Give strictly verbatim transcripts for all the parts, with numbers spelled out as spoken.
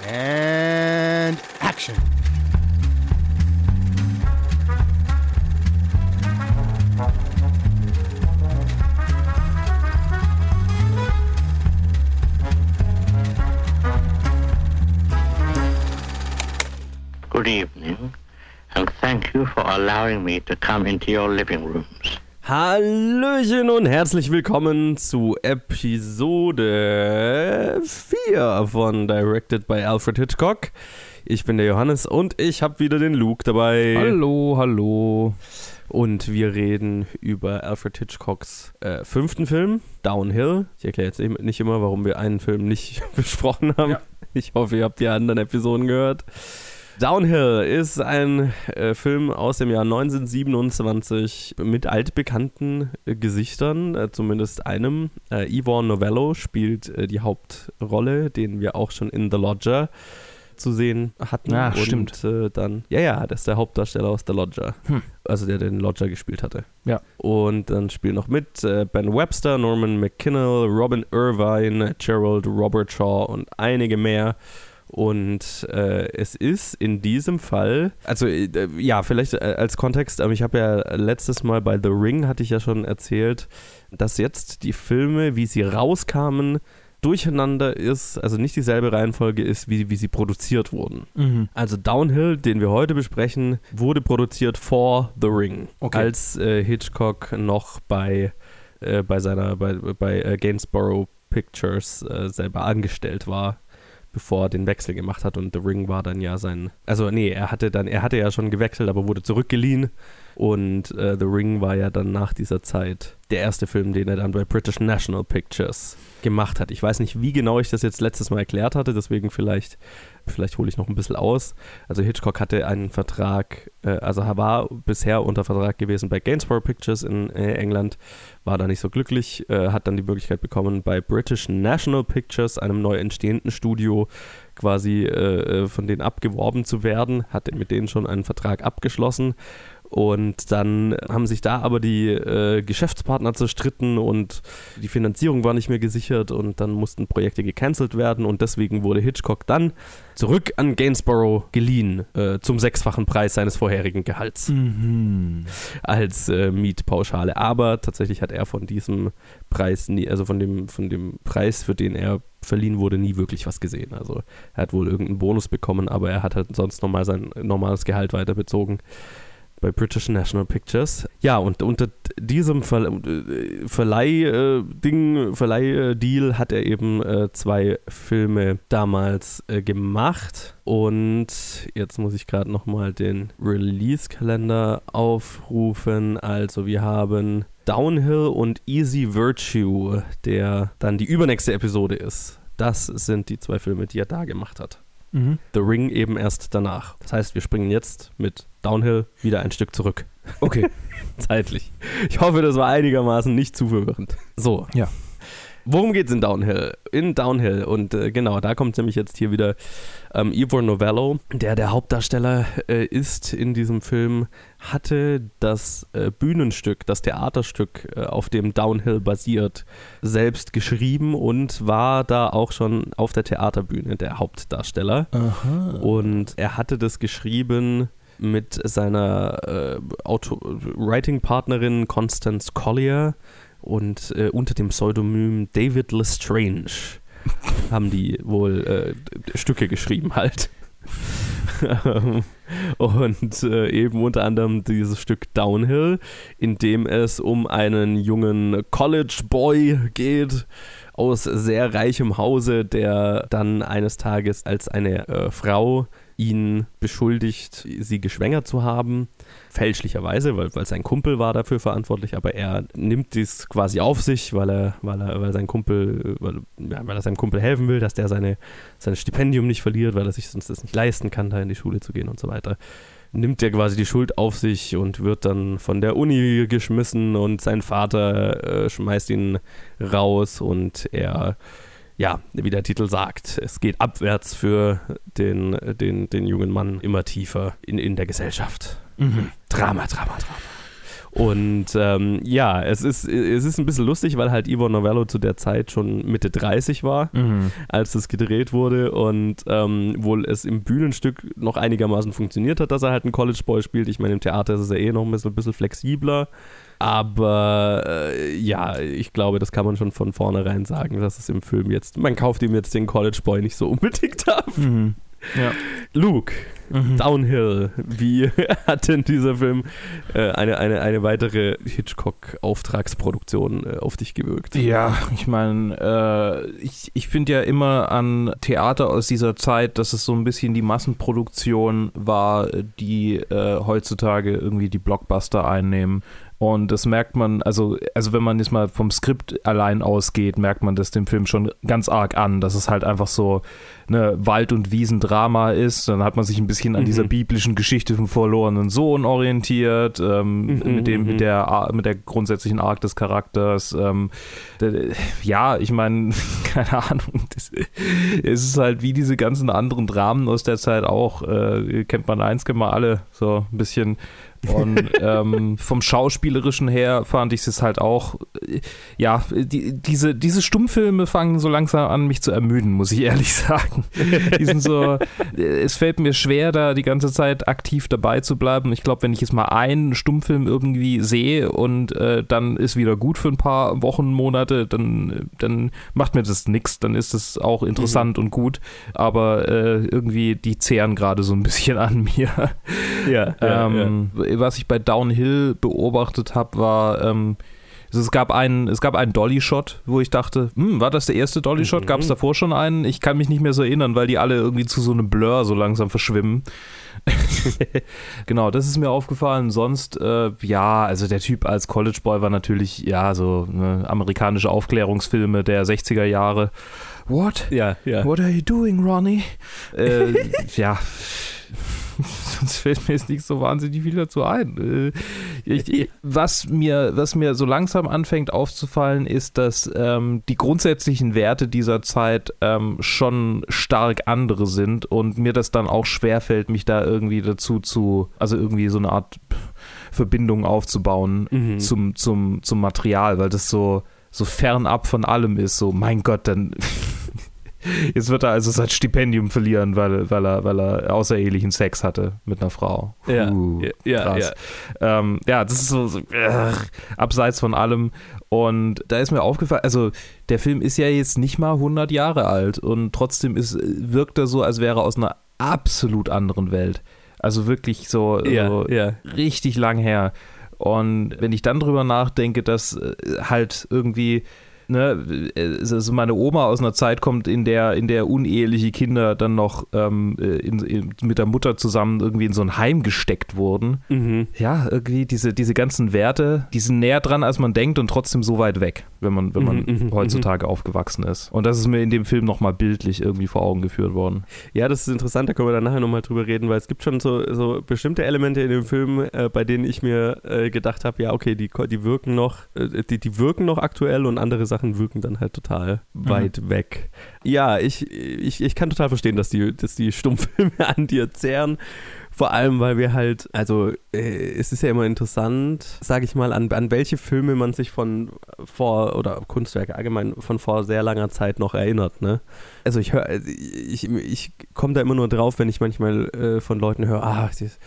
And action. Good evening, and thank you for allowing me to come into your living rooms. Hallöchen und herzlich willkommen zu Episode vier von Directed by Alfred Hitchcock. Ich bin der Johannes und ich habe wieder den Luke dabei. Hallo, hallo. Und wir reden über Alfred Hitchcocks äh, fünften Film, Downhill. Ich erkläre jetzt nicht immer, warum wir einen Film nicht besprochen haben. Ja. Ich hoffe, ihr habt die anderen Episoden gehört. Downhill ist ein äh, Film aus dem Jahr neunzehnhundertsiebenundzwanzig mit altbekannten äh, Gesichtern, äh, zumindest einem. Äh, Ivor Novello spielt äh, die Hauptrolle, den wir auch schon in The Lodger zu sehen hatten. Ja, und stimmt. Äh, dann, ja, ja, das ist der Hauptdarsteller aus The Lodger, hm. also der den Lodger gespielt hatte. Ja. Und dann spielen noch mit äh, Ben Webster, Norman McKinnell, Robin Irvine, Gerald Robertshaw und einige mehr. Und äh, es ist in diesem Fall, also äh, ja, vielleicht äh, als Kontext, aber ich habe ja letztes Mal bei The Ring, hatte ich ja schon erzählt, dass jetzt die Filme, wie sie rauskamen, durcheinander ist, also nicht dieselbe Reihenfolge ist, wie, wie sie produziert wurden. Mhm. Also Downhill, den wir heute besprechen, wurde produziert vor The Ring, okay. als äh, Hitchcock noch bei, äh, bei seiner, bei, bei äh, Gainsborough Pictures äh, selber angestellt war, bevor er den Wechsel gemacht hat, und The Ring war dann ja sein, also nee, er hatte dann, er hatte ja schon gewechselt, aber wurde zurückgeliehen, und äh, The Ring war ja dann nach dieser Zeit der erste Film, den er dann bei British National Pictures gemacht hat. Ich weiß nicht, wie genau ich das jetzt letztes Mal erklärt hatte, deswegen vielleicht, vielleicht hole ich noch ein bisschen aus. Also Hitchcock hatte einen Vertrag, äh, also er war bisher unter Vertrag gewesen bei Gainsborough Pictures in äh, England, war da nicht so glücklich, äh, hat dann die Möglichkeit bekommen, bei British National Pictures, einem neu entstehenden Studio, quasi äh, von denen abgeworben zu werden, hatte mit denen schon einen Vertrag abgeschlossen. Und dann haben sich da aber die äh, Geschäftspartner zerstritten und die Finanzierung war nicht mehr gesichert, und dann mussten Projekte gecancelt werden, und deswegen wurde Hitchcock dann zurück an Gainsborough geliehen, äh, zum sechsfachen Preis seines vorherigen Gehalts mhm. als äh, Mietpauschale. Aber tatsächlich hat er von diesem Preis nie, also von dem, von dem Preis, für den er verliehen wurde, nie wirklich was gesehen. Also er hat wohl irgendeinen Bonus bekommen, aber er hat halt sonst nochmal sein normales Gehalt weiter bezogen bei British National Pictures. Ja, und unter diesem Ver- äh, Verleih-Ding, äh, Verleih-Deal hat er eben äh, zwei Filme damals äh, gemacht. Und jetzt muss ich gerade nochmal den Release-Kalender aufrufen. Also wir haben Downhill und Easy Virtue, der dann die übernächste Episode ist. Das sind die zwei Filme, die er da gemacht hat. Mhm. The Ring eben erst danach. Das heißt, wir springen jetzt mit Downhill wieder ein Stück zurück. Okay. Zeitlich. Ich hoffe, das war einigermaßen nicht zu verwirrend. So. Ja. Worum geht's in Downhill? In Downhill, und äh, genau, da kommt nämlich jetzt hier wieder ähm, Ivor Novello, der der Hauptdarsteller äh, ist in diesem Film, hatte das äh, Bühnenstück, das Theaterstück, äh, auf dem Downhill basiert, selbst geschrieben und war da auch schon auf der Theaterbühne der Hauptdarsteller. Aha. Und er hatte das geschrieben mit seiner äh, Auto- Writing-Partnerin Constance Collier, und äh, unter dem Pseudonym David Lestrange haben die wohl äh, Stücke geschrieben halt. Und äh, eben unter anderem dieses Stück Downhill, in dem es um einen jungen College-Boy geht, aus sehr reichem Hause, der dann eines Tages als eine äh, Frau ihn beschuldigt, sie geschwängert zu haben, fälschlicherweise, weil, weil sein Kumpel war dafür verantwortlich, aber er nimmt dies quasi auf sich, weil er, weil er, weil sein Kumpel, weil, ja, weil er seinem Kumpel helfen will, dass der seine, sein Stipendium nicht verliert, weil er sich sonst das nicht leisten kann, da in die Schule zu gehen und so weiter. Nimmt er quasi die Schuld auf sich und wird dann von der Uni geschmissen, und sein Vater äh, schmeißt ihn raus, und er, ja, wie der Titel sagt, es geht abwärts für den, den, den jungen Mann immer tiefer in, in der Gesellschaft. Mhm. Drama, Drama, Drama. Und ähm, ja, es ist, es ist ein bisschen lustig, weil halt Ivor Novello zu der Zeit schon Mitte dreißig war, mhm. als es gedreht wurde und ähm, wohl es im Bühnenstück noch einigermaßen funktioniert hat, dass er halt einen College-Boy spielt. Ich meine, im Theater ist es ja eh noch ein bisschen, ein bisschen flexibler. Aber äh, ja, ich glaube, das kann man schon von vornherein sagen, dass es im Film jetzt, man kauft ihm jetzt den College-Boy nicht so unbedingt ab. Mhm. Ja. Luke, mhm. Downhill, wie hat denn dieser Film äh, eine, eine, eine weitere Hitchcock-Auftragsproduktion äh, auf dich gewirkt? Ja, ich meine, äh, ich, ich finde ja immer an Theater aus dieser Zeit, dass es so ein bisschen die Massenproduktion war, die äh, heutzutage irgendwie die Blockbuster einnehmen. Und das merkt man, also, also wenn man jetzt mal vom Skript allein ausgeht, merkt man das dem Film schon ganz arg an, dass es halt einfach so eine Wald- und Wiesendrama ist. Dann hat man sich ein bisschen an mhm. dieser biblischen Geschichte vom verlorenen Sohn orientiert, ähm, mhm, mit dem, mit der, mit der grundsätzlichen Arc des Charakters. Ähm, der, ja, ich meine, keine Ahnung, das, es ist halt wie diese ganzen anderen Dramen aus der Zeit auch. Äh, kennt man eins, kennt man alle, so ein bisschen. Und ähm, vom Schauspielerischen her fand ich es halt auch, äh, ja, die, diese, diese Stummfilme fangen so langsam an, mich zu ermüden, muss ich ehrlich sagen. Die sind so, es fällt mir schwer, da die ganze Zeit aktiv dabei zu bleiben. Ich glaube, wenn ich jetzt mal einen Stummfilm irgendwie sehe und äh, dann ist wieder gut für ein paar Wochen, Monate, dann, dann macht mir das nichts, dann ist das auch interessant mhm. und gut, aber äh, irgendwie die zehren gerade so ein bisschen an mir. Ja, ähm, ja, ja. Was ich bei Downhill beobachtet habe, war, ähm, es gab einen, es gab einen Dolly-Shot, wo ich dachte, hm, war das der erste Dolly-Shot? Mhm. Gab es davor schon einen? Ich kann mich nicht mehr so erinnern, weil die alle irgendwie zu so einem Blur so langsam verschwimmen. Genau, das ist mir aufgefallen. Sonst, äh, ja, also der Typ als College-Boy war natürlich, ja, so ne, amerikanische Aufklärungsfilme der sechziger Jahre. What? Ja, ja. What are you doing, Ronnie? äh, ja, sonst fällt mir jetzt nicht so wahnsinnig viel dazu ein. Ich, was, mir, was mir so langsam anfängt aufzufallen, ist, dass ähm, die grundsätzlichen Werte dieser Zeit ähm, schon stark andere sind und mir das dann auch schwerfällt, mich da irgendwie dazu zu, also irgendwie so eine Art Verbindung aufzubauen mhm. zum, zum, zum Material, weil das so, so fernab von allem ist. So, mein Gott, dann jetzt wird er also sein Stipendium verlieren, weil, weil, er, weil er außerehelichen Sex hatte mit einer Frau. Ja, uh, ja, krass. Ja. Ähm, ja, das ist so, so äh, abseits von allem. Und da ist mir aufgefallen, also der Film ist ja jetzt nicht mal hundert Jahre alt und trotzdem ist, wirkt er so, als wäre er aus einer absolut anderen Welt. Also wirklich so, ja, so ja. richtig lang her. Und wenn ich dann drüber nachdenke, dass halt irgendwie Ne, also meine Oma aus einer Zeit kommt, in der, in der uneheliche Kinder dann noch ähm, in, in, mit der Mutter zusammen irgendwie in so ein Heim gesteckt wurden. Mhm. Ja, irgendwie diese, diese ganzen Werte, die sind näher dran, als man denkt und trotzdem so weit weg, wenn man, wenn man mhm, heutzutage mhm. aufgewachsen ist. Und das ist mir in dem Film nochmal bildlich irgendwie vor Augen geführt worden. Ja, das ist interessant, da können wir dann nachher nochmal drüber reden, weil es gibt schon so, so bestimmte Elemente in dem Film, äh, bei denen ich mir äh, gedacht habe, ja okay, die, die wirken noch, äh, die, die wirken noch aktuell und andere Sachen wirken dann halt total mhm. weit weg. Ja, ich, ich, ich kann total verstehen, dass die, dass die Stummfilme an dir zehren. Vor allem, weil wir halt, also äh, es ist ja immer interessant, sage ich mal, an, an welche Filme man sich von vor, oder Kunstwerke allgemein, von vor sehr langer Zeit noch erinnert, ne? Also ich höre, ich, ich komme da immer nur drauf, wenn ich manchmal äh, von Leuten höre, ah,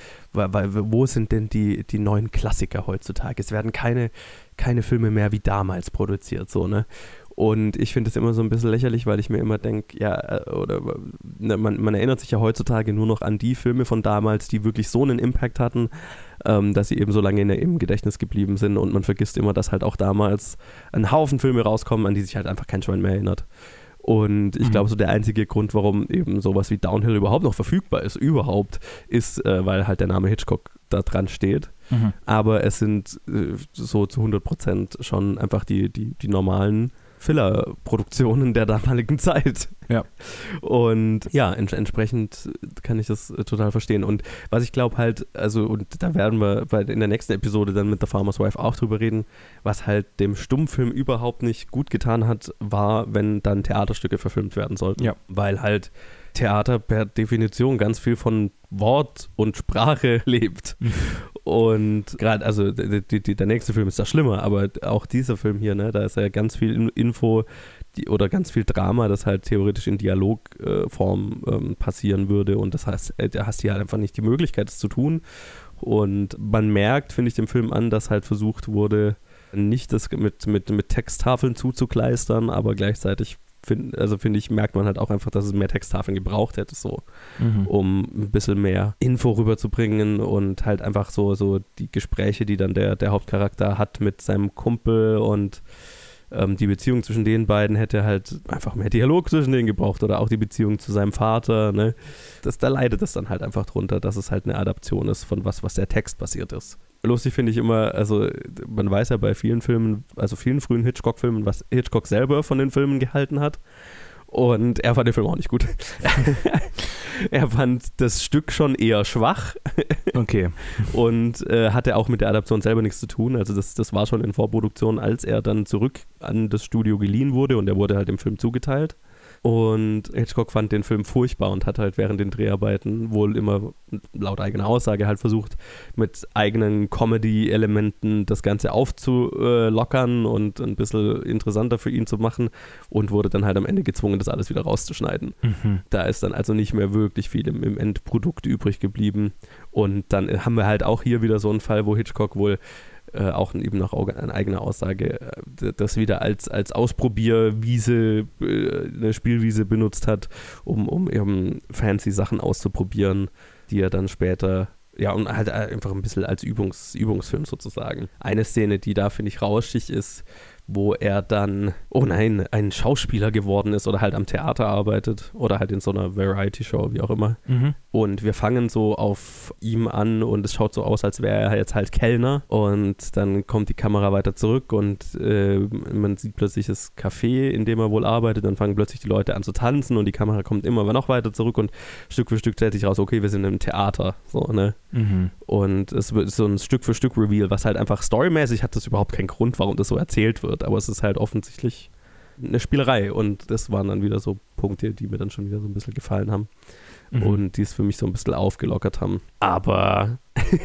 wo sind denn die, die neuen Klassiker heutzutage? Es werden keine, keine Filme mehr wie damals produziert, so, ne? Und ich finde es immer so ein bisschen lächerlich, weil ich mir immer denke, ja, oder ne, man, man erinnert sich ja heutzutage nur noch an die Filme von damals, die wirklich so einen Impact hatten, ähm, dass sie eben so lange in der, im Gedächtnis geblieben sind und man vergisst immer, dass halt auch damals ein Haufen Filme rauskommen, an die sich halt einfach kein Schwein mehr erinnert. Und ich mhm. glaube, so der einzige Grund, warum eben sowas wie Downhill überhaupt noch verfügbar ist, überhaupt, ist, äh, weil halt der Name Hitchcock da dran steht. Mhm. Aber es sind äh, so zu hundert Prozent schon einfach die, die, die normalen Filler-Produktionen der damaligen Zeit. Ja. Und ja, ents- entsprechend kann ich das äh, total verstehen. Und was ich glaube halt, also, und da werden wir bei, in der nächsten Episode dann mit The Farmer's Wife auch drüber reden, was halt dem Stummfilm überhaupt nicht gut getan hat, war, wenn dann Theaterstücke verfilmt werden sollten. Ja. Weil halt Theater per Definition ganz viel von Wort und Sprache lebt. Und gerade, also die, die, der nächste Film ist da schlimmer, aber auch dieser Film hier, ne, da ist ja ganz viel Info die, oder ganz viel Drama, das halt theoretisch in Dialogform äh, ähm, passieren würde und das heißt, äh, da hast du ja halt einfach nicht die Möglichkeit, das zu tun. Und man merkt, finde ich, dem Film an, dass halt versucht wurde, nicht das mit, mit, mit Texttafeln zuzukleistern, aber gleichzeitig Find, also finde ich, merkt man halt auch einfach, dass es mehr Texttafeln gebraucht hätte, so, mhm. um ein bisschen mehr Info rüberzubringen und halt einfach so, so die Gespräche, die dann der, der Hauptcharakter hat mit seinem Kumpel und ähm, die Beziehung zwischen den beiden hätte halt einfach mehr Dialog zwischen denen gebraucht oder auch die Beziehung zu seinem Vater, ne? Das, da leidet es dann halt einfach drunter, dass es halt eine Adaption ist von was, was der Text basiert ist. Lustig finde ich immer, also man weiß ja bei vielen Filmen, also vielen frühen Hitchcock-Filmen, was Hitchcock selber von den Filmen gehalten hat. Und er fand den Film auch nicht gut. Er fand das Stück schon eher schwach. Okay. Und äh, hatte auch mit der Adaption selber nichts zu tun. Also das, das war schon in Vorproduktion, als er dann zurück an das Studio geliehen wurde und er wurde halt dem Film zugeteilt. Und Hitchcock fand den Film furchtbar und hat halt während den Dreharbeiten wohl immer laut eigener Aussage halt versucht, mit eigenen Comedy-Elementen das Ganze aufzulockern und ein bisschen interessanter für ihn zu machen und wurde dann halt am Ende gezwungen, das alles wieder rauszuschneiden. Mhm. Da ist dann also nicht mehr wirklich viel im, im Endprodukt übrig geblieben. Und dann haben wir halt auch hier wieder so einen Fall, wo Hitchcock wohl Äh, auch eben nach an eigener Aussage äh, das wieder als, als Ausprobierwiese, äh, eine Spielwiese benutzt hat, um, um eben fancy Sachen auszuprobieren, die er dann später, ja, und halt einfach ein bisschen als Übungs, Übungsfilm sozusagen. Eine Szene, die da, finde ich, rauschig ist, wo er dann, oh nein, ein Schauspieler geworden ist oder halt am Theater arbeitet oder halt in so einer Variety-Show, wie auch immer. Mhm. Und wir fangen so auf ihm an und es schaut so aus, als wäre er jetzt halt Kellner und dann kommt die Kamera weiter zurück und äh, man sieht plötzlich das Café, in dem er wohl arbeitet, dann fangen plötzlich die Leute an zu tanzen und die Kamera kommt immer noch weiter zurück und Stück für Stück stellt sich raus, okay, wir sind im Theater, so, ne? Mhm. Und es wird so ein Stück für Stück Reveal, was halt einfach storymäßig hat das überhaupt keinen Grund, warum das so erzählt wird, aber es ist halt offensichtlich eine Spielerei und das waren dann wieder so Punkte, die mir dann schon wieder so ein bisschen gefallen haben mhm. und die es für mich so ein bisschen aufgelockert haben. Aber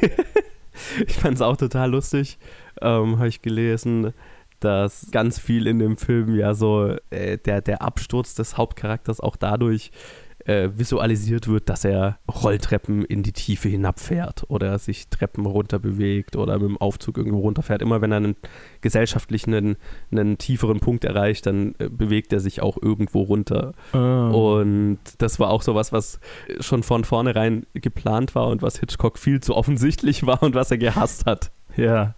ich fand es auch total lustig, ähm, habe ich gelesen, dass ganz viel in dem Film ja so äh, der, der Absturz des Hauptcharakters auch dadurch Äh, visualisiert wird, dass er Rolltreppen in die Tiefe hinabfährt oder sich Treppen runter bewegt oder mit dem Aufzug irgendwo runterfährt. Immer wenn er einen gesellschaftlichen, einen, einen tieferen Punkt erreicht, dann äh, bewegt er sich auch irgendwo runter. Oh. Und das war auch sowas, was schon von vornherein geplant war und was Hitchcock viel zu offensichtlich war und was er gehasst hat. Ja.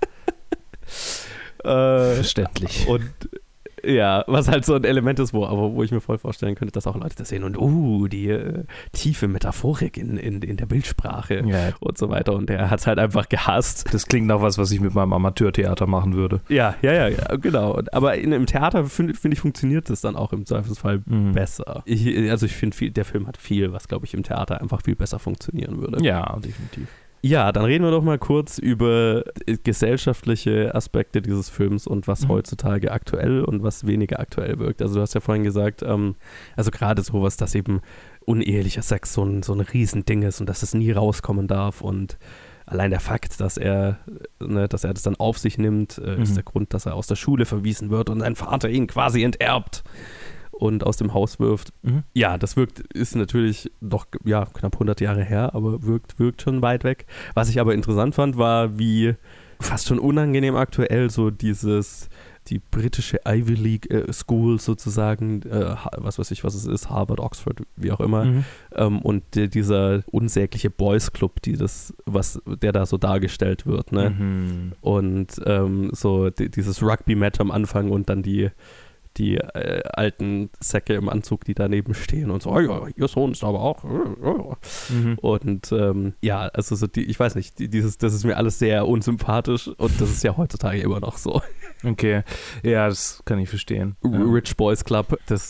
äh, Verständlich. Und ja, was halt so ein Element ist, wo, aber wo ich mir voll vorstellen könnte, dass auch Leute das sehen und uh, die äh, tiefe Metaphorik in, in, in der Bildsprache ja. und so weiter. Und er hat es halt einfach gehasst. Das klingt nach was, was ich mit meinem Amateurtheater machen würde. Ja, ja, ja, ja genau. Und, aber in, im Theater, finde find ich, funktioniert das dann auch im Zweifelsfall mhm. besser. Ich, also ich finde, der Film hat viel, was, glaube ich, im Theater einfach viel besser funktionieren würde. Ja, definitiv. Ja, dann reden wir doch mal kurz über gesellschaftliche Aspekte dieses Films und was mhm. heutzutage aktuell und was weniger aktuell wirkt. Also du hast ja vorhin gesagt, ähm, also gerade sowas, dass eben unehelicher Sex so ein, so ein Riesending ist und dass es nie rauskommen darf und allein der Fakt, dass er, ne, dass er das dann auf sich nimmt, äh, mhm. ist der Grund, dass er aus der Schule verwiesen wird und sein Vater ihn quasi enterbt und aus dem Haus wirft. Mhm. Ja, das wirkt, ist natürlich doch ja, knapp hundert Jahre her, aber wirkt, wirkt schon weit weg. Was ich aber interessant fand, war, wie fast schon unangenehm aktuell so dieses, die britische Ivy League äh, School sozusagen, äh, was weiß ich, was es ist, Harvard, Oxford, wie auch immer, mhm. ähm, und die, dieser unsägliche Boys Club, die das, was, der da so dargestellt wird, ne? Mhm. Und ähm, so die, dieses Rugby-Match am Anfang und dann die die äh, alten Säcke im Anzug, die daneben stehen und so, oh ja, ihr Sohn ist aber auch. Mhm. Und ähm, ja, also so die, ich weiß nicht, die, dieses, das ist mir alles sehr unsympathisch und das ist ja heutzutage immer noch so. Okay, ja, das kann ich verstehen. Rich Boys Club, das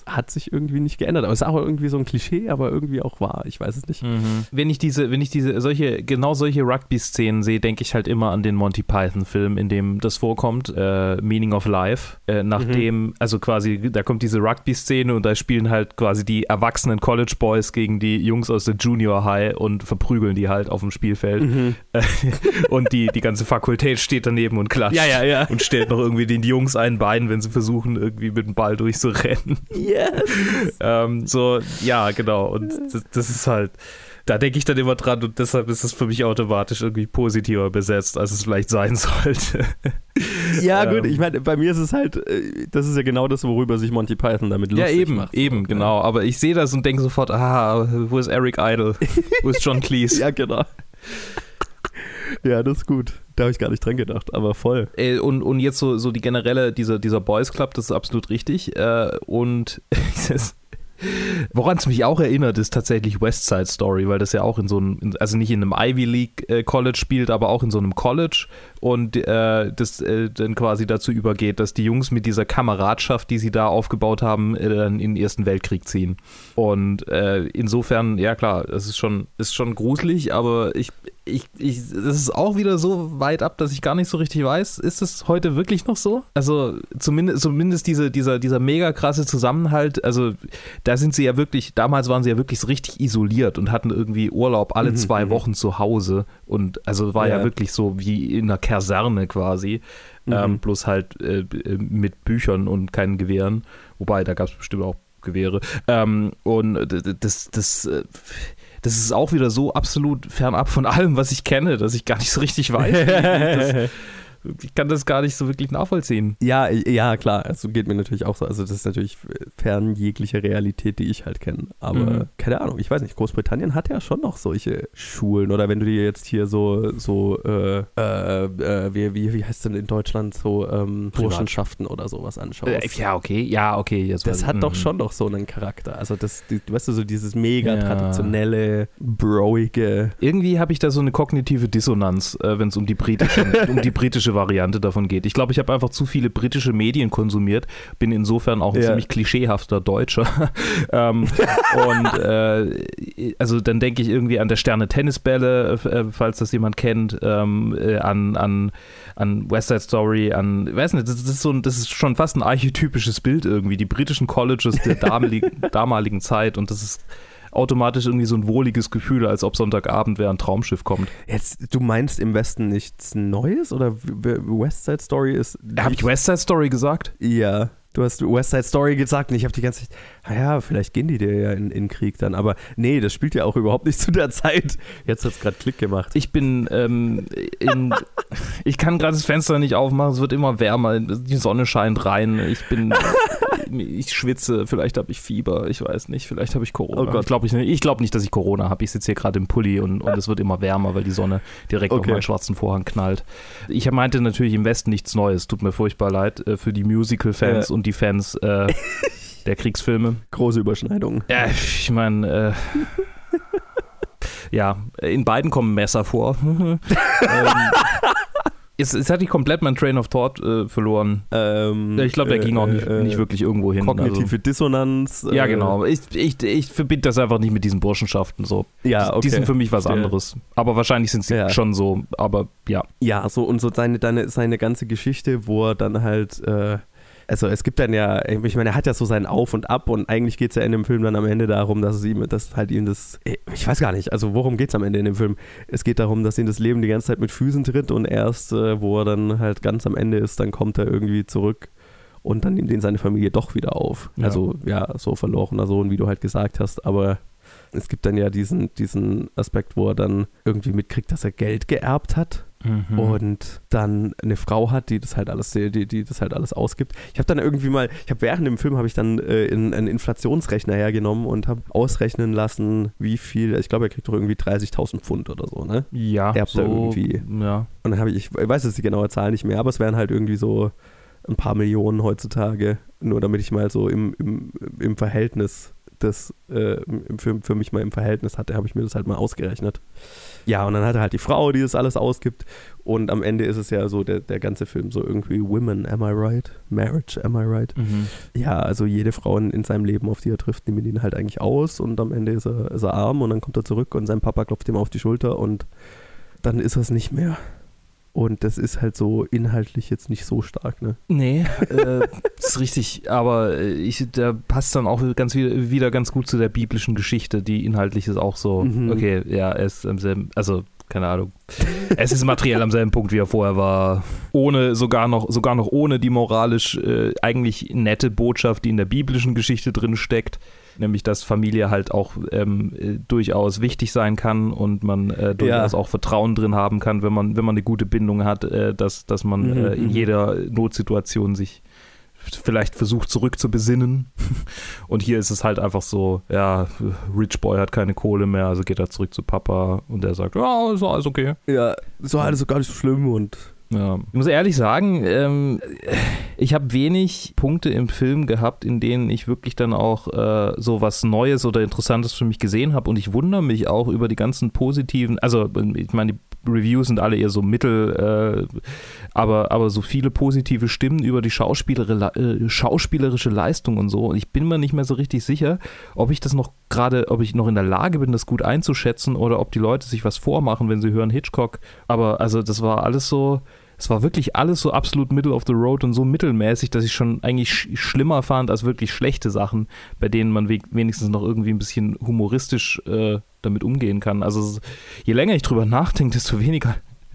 hat sich irgendwie nicht geändert. Aber es ist auch irgendwie so ein Klischee, aber irgendwie auch wahr. Ich weiß es nicht. Mhm. Wenn ich diese, wenn ich diese, solche, genau solche Rugby-Szenen sehe, denke ich halt immer an den Monty Python-Film, in dem das vorkommt, äh, Meaning of Life. Äh, nachdem, mhm. also quasi, da kommt diese Rugby-Szene und da spielen halt quasi die erwachsenen College Boys gegen die Jungs aus der Junior High und verprügeln die halt auf dem Spielfeld. Mhm. Und die, die ganze Fakultät steht daneben und klatscht. Ja, ja, ja. Und stellt noch irgendwie den Jungs ein Bein, wenn sie versuchen, irgendwie mit dem Ball durchzurennen. Yes. ähm, so, ja, genau. Und das, das ist halt, da denke ich dann immer dran und deshalb ist es für mich automatisch irgendwie positiver besetzt, als es vielleicht sein sollte. Ja, gut, ich meine, bei mir ist es halt, das ist ja genau das, worüber sich Monty Python damit lustig ja, eben, macht. Ja, eben, genau. Aber ich sehe das und denke sofort, ah, wo ist Eric Idle? Wo ist John Cleese? Ja, genau. Ja, das ist gut. Da habe ich gar nicht dran gedacht, aber voll. Äh, und, und jetzt so, so die generelle, dieser, dieser Boys Club, das ist absolut richtig. Äh, und woran es mich auch erinnert, ist tatsächlich West Side Story, weil das ja auch in so einem, also nicht in einem Ivy League äh, College spielt, aber auch in so einem College und äh, das äh, dann quasi dazu übergeht, dass die Jungs mit dieser Kameradschaft, die sie da aufgebaut haben, äh, dann in den Ersten Weltkrieg ziehen. Und äh, insofern, ja klar, das ist schon, ist schon gruselig, aber ich Ich, ich, das ist auch wieder so weit ab, dass ich gar nicht so richtig weiß, ist es heute wirklich noch so? Also zumindest, zumindest diese, dieser, dieser mega krasse Zusammenhalt, also da sind sie ja wirklich, damals waren sie ja wirklich so richtig isoliert und hatten irgendwie Urlaub alle mhm, zwei mhm. Wochen zu Hause und also war ja, ja wirklich so wie in einer Kaserne quasi, mhm. ähm, bloß halt äh, mit Büchern und keinen Gewehren, wobei da gab es bestimmt auch Gewehre ähm, und das, das äh, das ist auch wieder so absolut fernab von allem, was ich kenne, dass ich gar nicht so richtig weiß. das, ich kann das gar nicht so wirklich nachvollziehen. Ja, ja, klar, also geht mir natürlich auch so. Also das ist natürlich fern jeglicher Realität, die ich halt kenne. Aber mhm. keine Ahnung, ich weiß nicht, Großbritannien hat ja schon noch solche Schulen. Oder wenn du dir jetzt hier so, so äh, äh, wie, wie, wie heißt denn in Deutschland, so ähm, Burschenschaften oder sowas anschaust. Äh, ja, okay, ja, okay. Jetzt das hat m- doch schon noch so einen Charakter. Also das, die, weißt du, so dieses mega ja. traditionelle, broige. Irgendwie habe ich da so eine kognitive Dissonanz, äh, wenn es um die britische, um die britische Variante davon geht. Ich glaube, ich habe einfach zu viele britische Medien konsumiert, bin insofern auch ein ja. ziemlich klischeehafter Deutscher. ähm, und äh, also dann denke ich irgendwie an der Sterne Tennisbälle, äh, falls das jemand kennt, ähm, äh, an, an, an West Side Story, an, weiß nicht, das ist, so ein, das ist schon fast ein archetypisches Bild irgendwie, die britischen Colleges der damaligen, damaligen Zeit und das ist automatisch irgendwie so ein wohliges Gefühl, als ob Sonntagabend wer ein Traumschiff kommt. Jetzt, du meinst im Westen nichts Neues oder West Side Story ist... Habe ich West Side Story gesagt? Ja, du hast West Side Story gesagt und ich habe die ganze Zeit, naja, vielleicht gehen die dir ja in den Krieg dann, aber nee, das spielt ja auch überhaupt nicht zu der Zeit. Jetzt hat es gerade Klick gemacht. Ich bin, ähm, in, ich kann gerade das Fenster nicht aufmachen, es wird immer wärmer, die Sonne scheint rein, ich bin... Ich schwitze, vielleicht habe ich Fieber, ich weiß nicht, vielleicht habe ich Corona. Oh Gott. Ich glaube nicht, glaub nicht, dass ich Corona habe. Ich sitze hier gerade im Pulli und, und es wird immer wärmer, weil die Sonne direkt okay. auf meinen schwarzen Vorhang knallt. Ich meinte natürlich im Westen nichts Neues, tut mir furchtbar leid äh, für die Musical-Fans ja. und die Fans äh, der Kriegsfilme. Große Überschneidungen. Ja, ich meine, äh, ja, in beiden kommen Messer vor. ähm, Jetzt, jetzt hatte ich komplett meinen Train of Thought äh, verloren. Ähm, ich glaube, der äh, ging auch nicht, äh, nicht wirklich irgendwo hin. Kognitive also. Dissonanz. Äh, ja, genau. Ich, ich, ich verbinde das einfach nicht mit diesen Burschenschaften. So. Ja, okay. Die sind für mich was anderes. Ja. Aber wahrscheinlich sind sie ja. schon so, aber ja. Ja, so und so seine, deine, seine ganze Geschichte, wo er dann halt... Äh, Also es gibt dann ja, ich meine, er hat ja so sein Auf und Ab und eigentlich geht es ja in dem Film dann am Ende darum, dass es ihm, dass halt ihm das, ich weiß gar nicht, also worum geht es am Ende in dem Film? Es geht darum, dass ihm das Leben die ganze Zeit mit Füßen tritt und erst, wo er dann halt ganz am Ende ist, dann kommt er irgendwie zurück und dann nimmt ihn seine Familie doch wieder auf. Ja. Also ja, so verlorener Sohn, wie du halt gesagt hast, aber es gibt dann ja diesen, diesen Aspekt, wo er dann irgendwie mitkriegt, dass er Geld geerbt hat. Mhm. Und dann eine Frau hat, die das halt alles, die, die das halt alles ausgibt. Ich habe dann irgendwie mal, ich habe während dem Film habe ich dann äh, in, einen Inflationsrechner hergenommen und habe ausrechnen lassen, wie viel, ich glaube, er kriegt doch irgendwie dreißigtausend Pfund oder so, ne? Ja, Erbt so, er irgendwie. Ja. Und dann habe ich, ich weiß jetzt die genaue Zahl nicht mehr, aber es wären halt irgendwie so ein paar Millionen heutzutage, nur damit ich mal so im, im, im Verhältnis das äh, für, für mich mal im Verhältnis hatte, habe ich mir das halt mal ausgerechnet. Ja, und dann hat er halt die Frau, die das alles ausgibt. Und am Ende ist es ja so, der, der ganze Film so irgendwie Women, am I right? Marriage, am I right? Mhm. Ja, also jede Frau in, in seinem Leben, auf die er trifft, nimmt ihn halt eigentlich aus. Und am Ende ist er, ist er arm und dann kommt er zurück und sein Papa klopft ihm auf die Schulter und dann ist er es nicht mehr. Und das ist halt so inhaltlich jetzt nicht so stark, ne? Nee, äh, das ist richtig. Aber ich, da passt dann auch ganz wieder, wieder ganz gut zu der biblischen Geschichte, die inhaltlich ist auch so, Mhm. okay, ja, er ist am selben, also keine Ahnung. Es ist materiell am selben Punkt, wie er vorher war. Ohne, sogar noch, sogar noch ohne die moralisch äh, eigentlich nette Botschaft, die in der biblischen Geschichte drin steckt. Nämlich, dass Familie halt auch ähm, äh, durchaus wichtig sein kann und man äh, durchaus Ja. auch Vertrauen drin haben kann, wenn man, wenn man eine gute Bindung hat, äh, dass, dass man Mhm, äh, in mhm. jeder Notsituation sich vielleicht versucht zurückzubesinnen. Und hier ist es halt einfach so, ja, Rich Boy hat keine Kohle mehr, also geht er zurück zu Papa und der sagt, ja, ist alles okay. Ja, das war alles so gar nicht so schlimm und Ja. Ich muss ehrlich sagen, ähm, ich habe wenig Punkte im Film gehabt, in denen ich wirklich dann auch äh, so was Neues oder Interessantes für mich gesehen habe und ich wundere mich auch über die ganzen positiven, also ich meine, die Reviews sind alle eher so mittel, äh, aber, aber so viele positive Stimmen über die Schauspielere, äh, schauspielerische Leistung und so. Und ich bin mir nicht mehr so richtig sicher, ob ich das noch gerade, ob ich noch in der Lage bin, das gut einzuschätzen oder ob die Leute sich was vormachen, wenn sie hören Hitchcock. Aber also das war alles so, es war wirklich alles so absolut middle of the road und so mittelmäßig, dass ich schon eigentlich sch- schlimmer fand als wirklich schlechte Sachen, bei denen man we- wenigstens noch irgendwie ein bisschen humoristisch äh, damit umgehen kann. Also je länger ich drüber nachdenke, desto weniger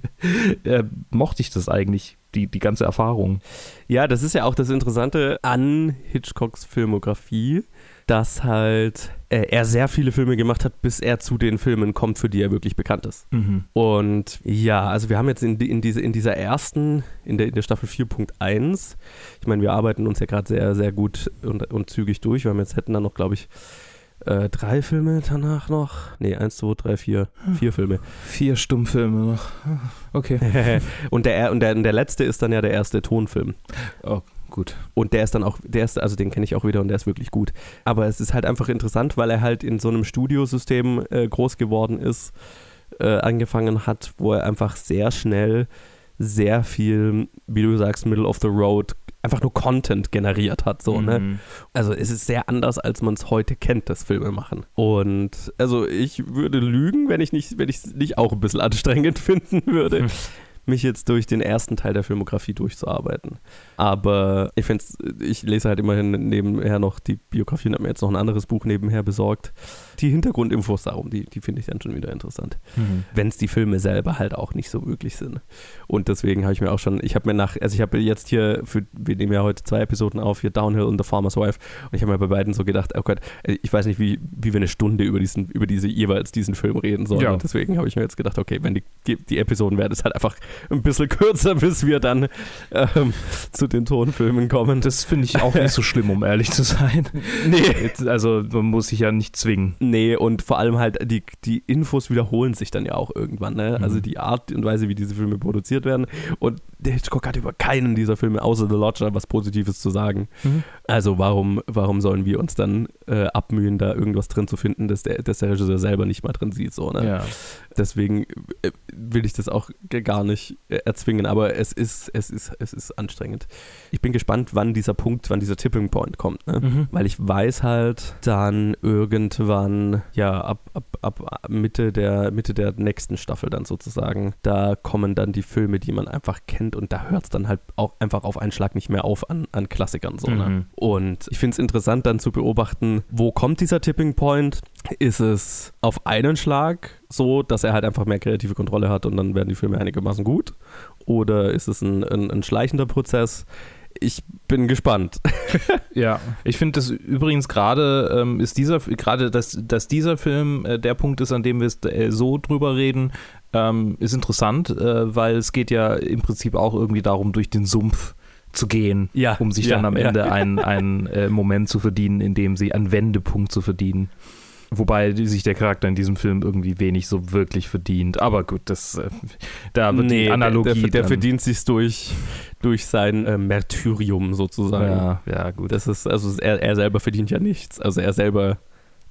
äh, mochte ich das eigentlich, die, die ganze Erfahrung. ja, das ist ja auch das Interessante an Hitchcocks Filmografie, dass halt äh, er sehr viele Filme gemacht hat, bis er zu den Filmen kommt, für die er wirklich bekannt ist. Mhm. Und ja, also wir haben jetzt in, die, in, diese, in dieser ersten, in der, in der Staffel vier Punkt eins, ich meine, wir arbeiten uns ja gerade sehr, sehr gut und, und zügig durch. Wir haben jetzt hätten dann noch, glaube ich, äh, drei Filme danach noch. Nee, eins, zwei, drei, vier. Vier Filme. Vier Stummfilme noch. Okay. und, der, und, der, und der letzte ist dann ja der erste Tonfilm. Oh, gut. Und der ist dann auch, der ist, also den kenne ich auch wieder und der ist wirklich gut. Aber es ist halt einfach interessant, weil er halt in so einem Studiosystem äh, groß geworden ist, äh, angefangen hat, wo er einfach sehr schnell sehr viel, wie du sagst, Middle of the Road, einfach nur Content generiert hat, so, Mhm. ne? Also es ist sehr anders, als man es heute kennt, das Filmemachen. Und also ich würde lügen, wenn ich nicht, wenn ich es nicht auch ein bisschen anstrengend finden würde, mich jetzt durch den ersten Teil der Filmografie durchzuarbeiten. Aber ich finde ich lese halt immerhin nebenher noch die Biografie und habe mir jetzt noch ein anderes Buch nebenher besorgt. Die Hintergrundinfos darum, die, die finde ich dann schon wieder interessant. Mhm. Wenn es die Filme selber halt auch nicht so wirklich sind. Und deswegen habe ich mir auch schon, ich habe mir nach, also ich habe jetzt hier, für, wir nehmen ja heute zwei Episoden auf, hier Downhill und The Farmer's Wife, und ich habe mir bei beiden so gedacht, oh Gott, ich weiß nicht, wie, wie wir eine Stunde über diesen, über diese jeweils diesen Film reden sollen. Ja. Und deswegen habe ich mir jetzt gedacht, okay, wenn die, die, die Episoden werden, ist halt einfach ein bisschen kürzer, bis wir dann ähm, zu den Tonfilmen kommen. Das finde ich auch nicht so schlimm, um ehrlich zu sein. Nee. Also man muss sich ja nicht zwingen. Nee, und vor allem halt, die, die Infos wiederholen sich dann ja auch irgendwann, ne? Also Mhm. die Art und Weise, wie diese Filme produziert werden. Und der Hitchcock hat über keinen dieser Filme, außer The Lodger, was Positives zu sagen. Mhm. Also warum, warum sollen wir uns dann äh, abmühen, da irgendwas drin zu finden, das der, das der Regisseur selber nicht mal drin sieht, so, ne? Ja. Deswegen äh, will ich das auch g- gar nicht äh, erzwingen, aber es ist, es ist, es ist anstrengend. Ich bin gespannt, wann dieser Punkt, wann dieser Tipping Point kommt, ne? Mhm. Weil ich weiß halt dann irgendwann, ja, ab, ab, ab Mitte der, Mitte der nächsten Staffel dann sozusagen, da kommen dann die Filme, die man einfach kennt, und da hört es dann halt auch einfach auf einen Schlag nicht mehr auf an, an Klassikern, so, ne? Mhm. Und ich finde es interessant dann zu beobachten, wo kommt dieser Tipping Point? Ist es auf einen Schlag so, dass er halt einfach mehr kreative Kontrolle hat und dann werden die Filme einigermaßen gut? Oder ist es ein, ein, ein schleichender Prozess? Ich bin gespannt. Ja, ich finde das übrigens gerade ähm, ist dieser gerade, dass, dass dieser Film äh, der Punkt ist, an dem wir äh, so drüber reden, ähm, ist interessant, äh, weil es geht ja im Prinzip auch irgendwie darum, durch den Sumpf zu gehen, Ja, um sich ja, dann am ja. Ende einen, einen äh, Moment zu verdienen, in dem sie einen Wendepunkt zu verdienen. Wobei sich der Charakter in diesem Film irgendwie wenig so wirklich verdient. Aber gut, das, äh, da wird Nee, die Analogie. Der, der, der dann- verdient sich durch, durch sein äh, Martyrium sozusagen. Ja, ja, gut. Das ist, also er, er selber verdient ja nichts. Also er selber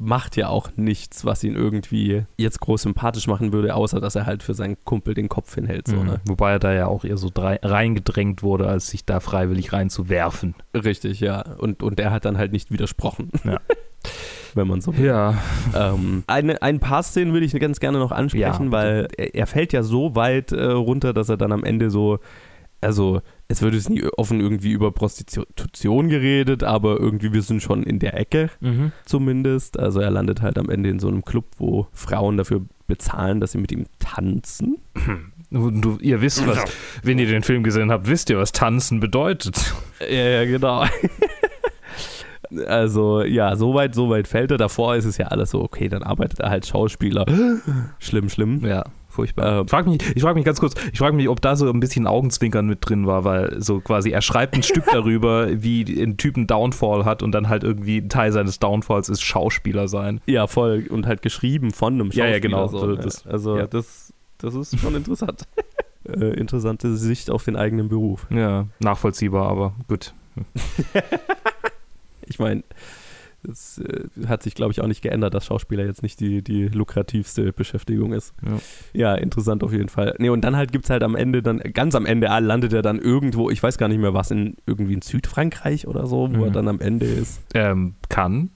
macht ja auch nichts, was ihn irgendwie jetzt groß sympathisch machen würde, außer dass er halt für seinen Kumpel den Kopf hinhält. So, mhm. ne? Wobei er da ja auch eher so drei, reingedrängt wurde, als sich da freiwillig reinzuwerfen. Richtig, ja. Und, und er hat dann halt nicht widersprochen. Ja. Wenn man so will. Ja. Ähm, eine, ein paar Szenen würde ich ganz gerne noch ansprechen, Ja, weil er, er fällt ja so weit äh, runter, dass er dann am Ende so, also es wird jetzt nie offen irgendwie über Prostitution geredet, aber irgendwie wir sind schon in der Ecke Mhm. zumindest. Also er landet halt am Ende in so einem Club, wo Frauen dafür bezahlen, dass sie mit ihm tanzen. Du, du, ihr wisst was, wenn ihr den Film gesehen habt, wisst ihr, was Tanzen bedeutet. Ja, ja, genau. Also, ja, so weit, so weit fällt er. Davor ist es ja alles so, okay, dann arbeitet er halt Schauspieler. Schlimm, schlimm. Ja, furchtbar. Ähm, ich frage mich, ich frag mich ganz kurz, ich frage mich, ob da so ein bisschen Augenzwinkern mit drin war, weil so quasi, er schreibt ein Stück darüber, wie ein Typ einen Downfall hat und dann halt irgendwie ein Teil seines Downfalls ist Schauspieler sein. Ja, voll. Und halt geschrieben von einem Schauspieler. Ja, ja, genau. So. So, das, also, ja. das, das ist schon interessant. äh, interessante Sicht auf den eigenen Beruf. Ja, nachvollziehbar, aber gut. Ich meine, es äh, hat sich, glaube ich, auch nicht geändert, dass Schauspieler jetzt nicht die, die lukrativste Beschäftigung ist. Ja, ja, interessant auf jeden Fall. Nee, und dann halt gibt es halt am Ende, dann ganz am Ende landet er dann irgendwo, ich weiß gar nicht mehr was, in irgendwie in Südfrankreich oder so, wo mhm. er dann am Ende ist. Ähm, kann.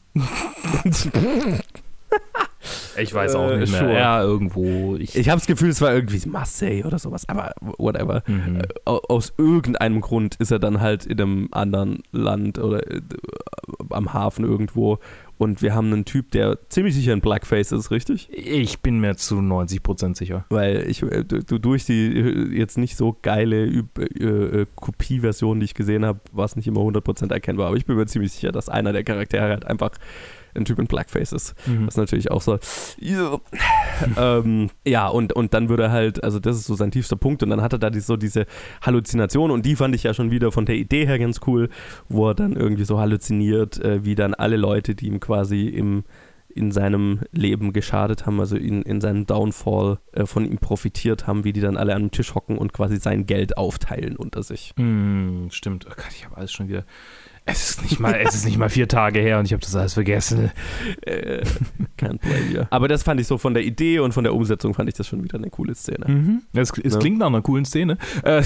Ich weiß auch Äh, nicht mehr. sure. Ja, irgendwo. Ich, Ich habe das Gefühl, es war irgendwie Marseille oder sowas, aber whatever. mhm. Äh, aus irgendeinem Grund ist er dann halt in einem anderen Land oder äh, am Hafen irgendwo und wir haben einen Typ, der ziemlich sicher ein Blackface ist, richtig? Ich bin mir zu neunzig Prozent sicher. Weil ich äh, du, durch die jetzt nicht so geile äh, äh, Kopieversion, die ich gesehen habe, war es nicht immer hundert Prozent erkennbar, aber ich bin mir ziemlich sicher, dass einer der Charaktere halt einfach ein Typ in Blackface ist. Mhm. Was natürlich auch so, yeah. ähm, ja, und, und dann würde er halt, also das ist so sein tiefster Punkt und dann hat er da die, so diese Halluzination und die fand ich ja schon wieder von der Idee her ganz cool, wo er dann irgendwie so halluziniert, äh, wie dann alle Leute, die ihm quasi im in seinem Leben geschadet haben, also in, in seinem Downfall äh, von ihm profitiert haben, wie die dann alle an einem Tisch hocken und quasi sein Geld aufteilen unter sich. Mhm, stimmt. Oh Gott, ich habe alles schon wieder... Es ist nicht mal, es ist nicht mal vier Tage her und ich habe das alles vergessen. Äh, can't blame you. Aber das fand ich so von der Idee und von der Umsetzung fand ich das schon wieder eine coole Szene. Mhm. Es, es Ja. klingt nach einer coolen Szene. Äh,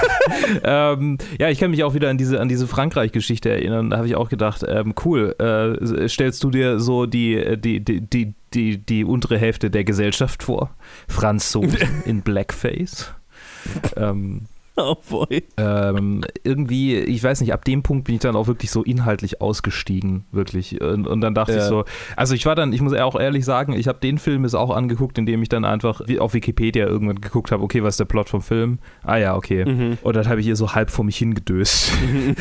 ähm, ja, ich kann mich auch wieder an diese, an diese Frankreich-Geschichte erinnern. Da habe ich auch gedacht, ähm, cool, äh, stellst du dir so die, die, die, die, die, die untere Hälfte der Gesellschaft vor? Franzosen in Blackface. ähm, Oh boy. Ähm, irgendwie, ich weiß nicht, ab dem Punkt bin ich dann auch wirklich so inhaltlich ausgestiegen, wirklich. Und, und dann dachte Ja. ich so, also ich war dann, ich muss auch ehrlich sagen, ich habe den Film jetzt auch angeguckt, indem ich dann einfach wie auf Wikipedia irgendwann geguckt habe, okay, was ist der Plot vom Film? Ah ja, okay. Mhm. Und dann habe ich hier so halb vor mich hingedöst.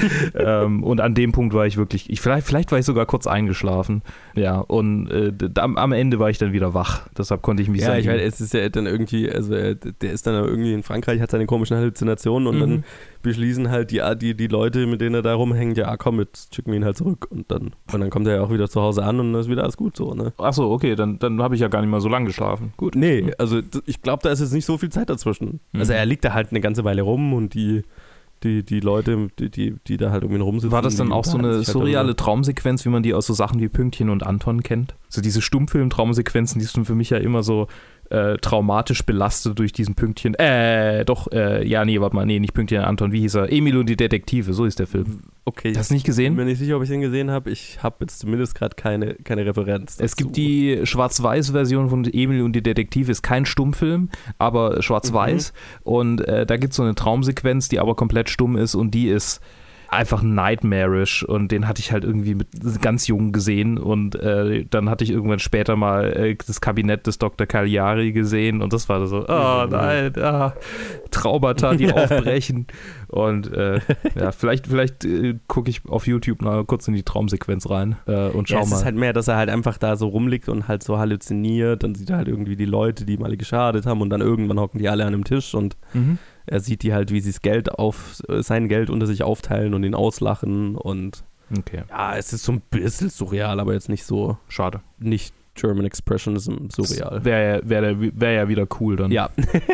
ähm, und an dem Punkt war ich wirklich, ich, vielleicht, vielleicht war ich sogar kurz eingeschlafen. Ja, und äh, am, am Ende war ich dann wieder wach. Deshalb konnte ich mich Ja, sehr ich meine, es ist ja dann irgendwie, also äh, der ist dann irgendwie in Frankreich, hat seine komischen Halluzinationen und Mhm. dann beschließen halt die, die, die Leute, mit denen er da rumhängt, ja komm, jetzt schicken wir ihn halt zurück und dann, und dann kommt er ja auch wieder zu Hause an und dann ist wieder alles gut so, ne? Ach so, okay, dann, dann habe ich ja gar nicht mal so lange geschlafen. Gut. Nee, also d- ich glaube, da ist jetzt nicht so viel Zeit dazwischen. Mhm. Also er liegt da halt eine ganze Weile rum und die, die, die Leute, die, die, die da halt um ihn rumsitzen. War das dann die auch so eine unterhalten sich halt surreale darüber. Traumsequenz, wie man die aus so Sachen wie Pünktchen und Anton kennt? So diese Stummfilm-Traumsequenzen, die sind für mich ja immer so äh, traumatisch belastet durch diesen Pünktchen. Äh, doch, äh, ja, nee, warte mal, nee, nicht Pünktchen und Anton, wie hieß er? Emil und die Detektive, so ist der Film. Okay, Hast du nicht ich bin gesehen? mir nicht sicher, ob ich den gesehen habe. Ich habe jetzt zumindest gerade keine, keine Referenz dazu. Es gibt die Schwarz-Weiß-Version von Emil und die Detektive, ist kein Stummfilm, aber schwarz-weiß. Und äh, da gibt es so eine Traumsequenz, die aber komplett stumm ist und die ist einfach nightmarish und den hatte ich halt irgendwie mit ganz jung gesehen und äh, dann hatte ich irgendwann später mal äh, das Kabinett des Doktor Cagliari gesehen und das war so, oh nein, ah, Traumata, die aufbrechen und äh, ja, vielleicht, vielleicht äh, gucke ich auf YouTube mal kurz in die Traumsequenz rein äh, und schau Ja, es mal. ist halt mehr, dass er halt einfach da so rumliegt und halt so halluziniert. Dann sieht er halt irgendwie die Leute, die ihm alle geschadet haben und dann irgendwann hocken die alle an einem Tisch und Mhm. er sieht die halt, wie sie das Geld auf, sein Geld unter sich aufteilen und ihn auslachen und Okay, ja, es ist so ein bisschen surreal, aber jetzt nicht so, schade. nicht German Expressionism surreal. Wäre wär, wär ja wieder cool dann. Ja,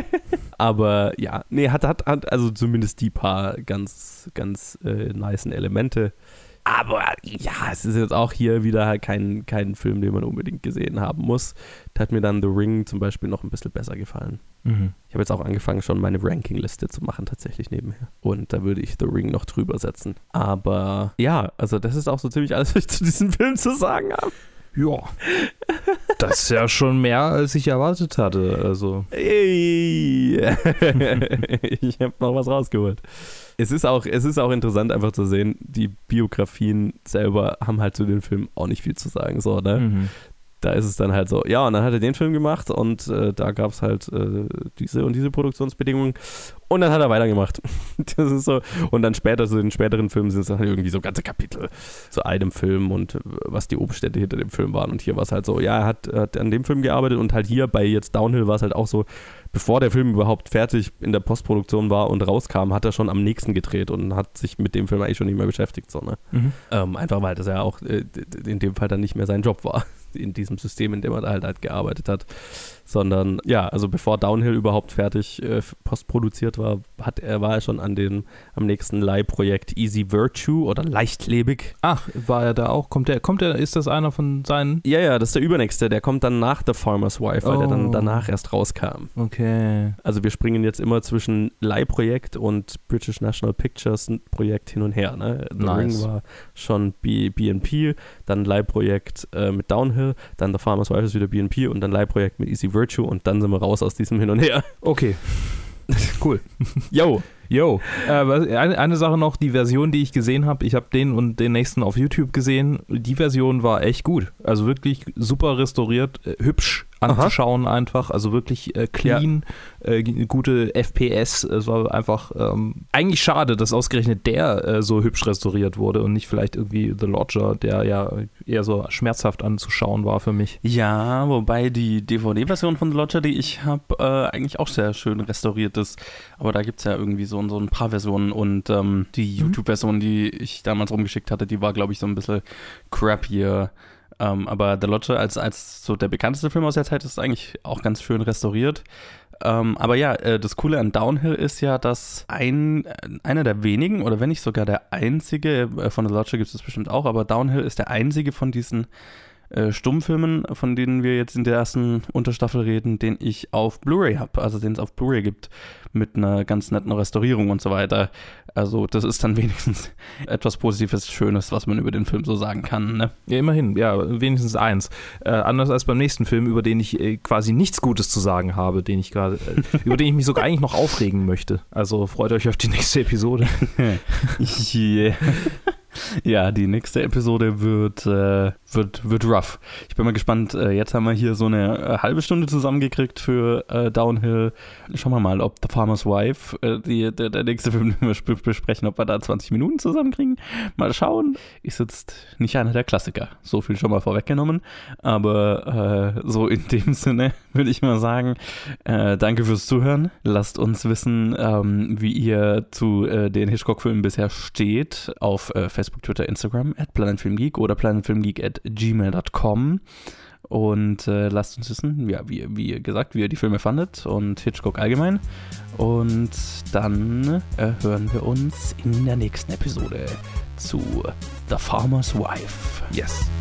aber ja, nee, hat, hat, hat also zumindest die paar ganz, ganz äh, nicen Elemente. Aber ja, es ist jetzt auch hier wieder halt kein, kein Film, den man unbedingt gesehen haben muss. Da hat mir dann The Ring zum Beispiel noch ein bisschen besser gefallen. Mhm. Ich habe jetzt auch angefangen, schon meine Ranking-Liste zu machen, tatsächlich nebenher. Und da würde ich The Ring noch drüber setzen. Aber ja, also das ist auch so ziemlich alles, was ich zu diesem Film zu sagen habe. Ja, das ist ja schon mehr, als ich erwartet hatte. Also. Hey. Ich habe noch was rausgeholt. Es ist, auch, es ist auch interessant einfach zu sehen, die Biografien selber haben halt zu den Filmen auch nicht viel zu sagen. So, ne? Mhm. Da ist es dann halt so, ja, und dann hat er den Film gemacht und äh, da gab es halt äh, diese und diese Produktionsbedingungen und dann hat er weitergemacht. Das ist so. Und dann später, so in späteren Filmen sind es dann halt irgendwie so ganze Kapitel zu einem Film und was die Umstände hinter dem Film waren. Und hier war es halt so, ja, er hat, hat an dem Film gearbeitet und halt hier bei jetzt Downhill war es halt auch so, bevor der Film überhaupt fertig in der Postproduktion war und rauskam, hat er schon am nächsten gedreht und hat sich mit dem Film eigentlich schon nicht mehr beschäftigt. So, ne? Mhm. Ähm, einfach weil das ja auch äh, in dem Fall dann nicht mehr sein Job war, in diesem System, in dem er halt, halt gearbeitet hat. Sondern, ja, also bevor Downhill überhaupt fertig äh, postproduziert war, hat er, war er schon an den, am nächsten Leihprojekt Easy Virtue oder Leichtlebig. Ach, war er da auch? Kommt der, kommt der, ist das einer von seinen? Ja, ja, das ist der übernächste, der kommt dann nach The Farmer's Wife, weil oh. der dann danach erst rauskam. Okay. Also wir springen jetzt immer zwischen Leihprojekt und British National Pictures Projekt hin und her, ne? The nice. Ring war schon B and P, dann Leihprojekt äh, mit Downhill, dann The Farmer's Wife ist wieder B and P und dann Leihprojekt mit Easy Virtue und dann sind wir raus aus diesem Hin und Her. Okay. Cool. Yo. Yo. Äh, eine, eine Sache noch, die Version, die ich gesehen habe, ich habe den und den nächsten auf YouTube gesehen, die Version war echt gut. Also wirklich super restauriert, äh, hübsch anzuschauen. Aha. Einfach, also wirklich äh, clean, ja. äh, gute F P S. Es war einfach ähm, eigentlich schade, dass ausgerechnet der äh, so hübsch restauriert wurde und nicht vielleicht irgendwie The Lodger, der ja eher so schmerzhaft anzuschauen war für mich. Ja, wobei die D V D-Version von The Lodger, die ich habe, äh, eigentlich auch sehr schön restauriert ist. Aber da gibt es ja irgendwie so, so ein paar Versionen und ähm, die mhm. YouTube-Version, die ich damals rumgeschickt hatte, die war, glaube ich, so ein bisschen crappier. Um, aber The Lodger als, als so der bekannteste Film aus der Zeit ist eigentlich auch ganz schön restauriert. Um, aber ja, äh, das Coole an Downhill ist ja, dass ein, einer der wenigen, oder wenn nicht sogar der einzige, äh, von The Lodger gibt es das bestimmt auch, aber Downhill ist der einzige von diesen äh, Stummfilmen, von denen wir jetzt in der ersten Unterstaffel reden, den ich auf Blu-ray habe, also den es auf Blu-ray gibt, mit einer ganz netten Restaurierung und so weiter. Also das ist dann wenigstens etwas Positives, Schönes, was man über den Film so sagen kann, ne? Ja, immerhin, ja, wenigstens eins. Äh, anders als beim nächsten Film, über den ich äh, quasi nichts Gutes zu sagen habe, den ich gerade, äh, über den ich mich sogar eigentlich noch aufregen möchte. Also freut euch auf die nächste Episode. Yeah. Ja, die nächste Episode wird, äh, wird, wird rough. Ich bin mal gespannt. Äh, jetzt haben wir hier so eine äh, halbe Stunde zusammengekriegt für äh, Downhill. Schauen wir mal, ob The Farmer's Wife, äh, die, der, der nächste Film, den wir besprechen, ob wir da zwanzig Minuten zusammenkriegen. Mal schauen. Ist jetzt nicht einer der Klassiker. So viel schon mal vorweggenommen. Aber äh, so in dem Sinne würde ich mal sagen, äh, danke fürs Zuhören. Lasst uns wissen, ähm, wie ihr zu äh, den Hitchcock-Filmen bisher steht auf äh, Facebook, Twitter, Instagram at planetfilmgeek oder planetfilmgeek at gmail dot com und äh, lasst uns wissen, ja, wie, wie gesagt, wie ihr die Filme fandet und Hitchcock allgemein und dann äh, hören wir uns in der nächsten Episode zu The Farmer's Wife. Yes.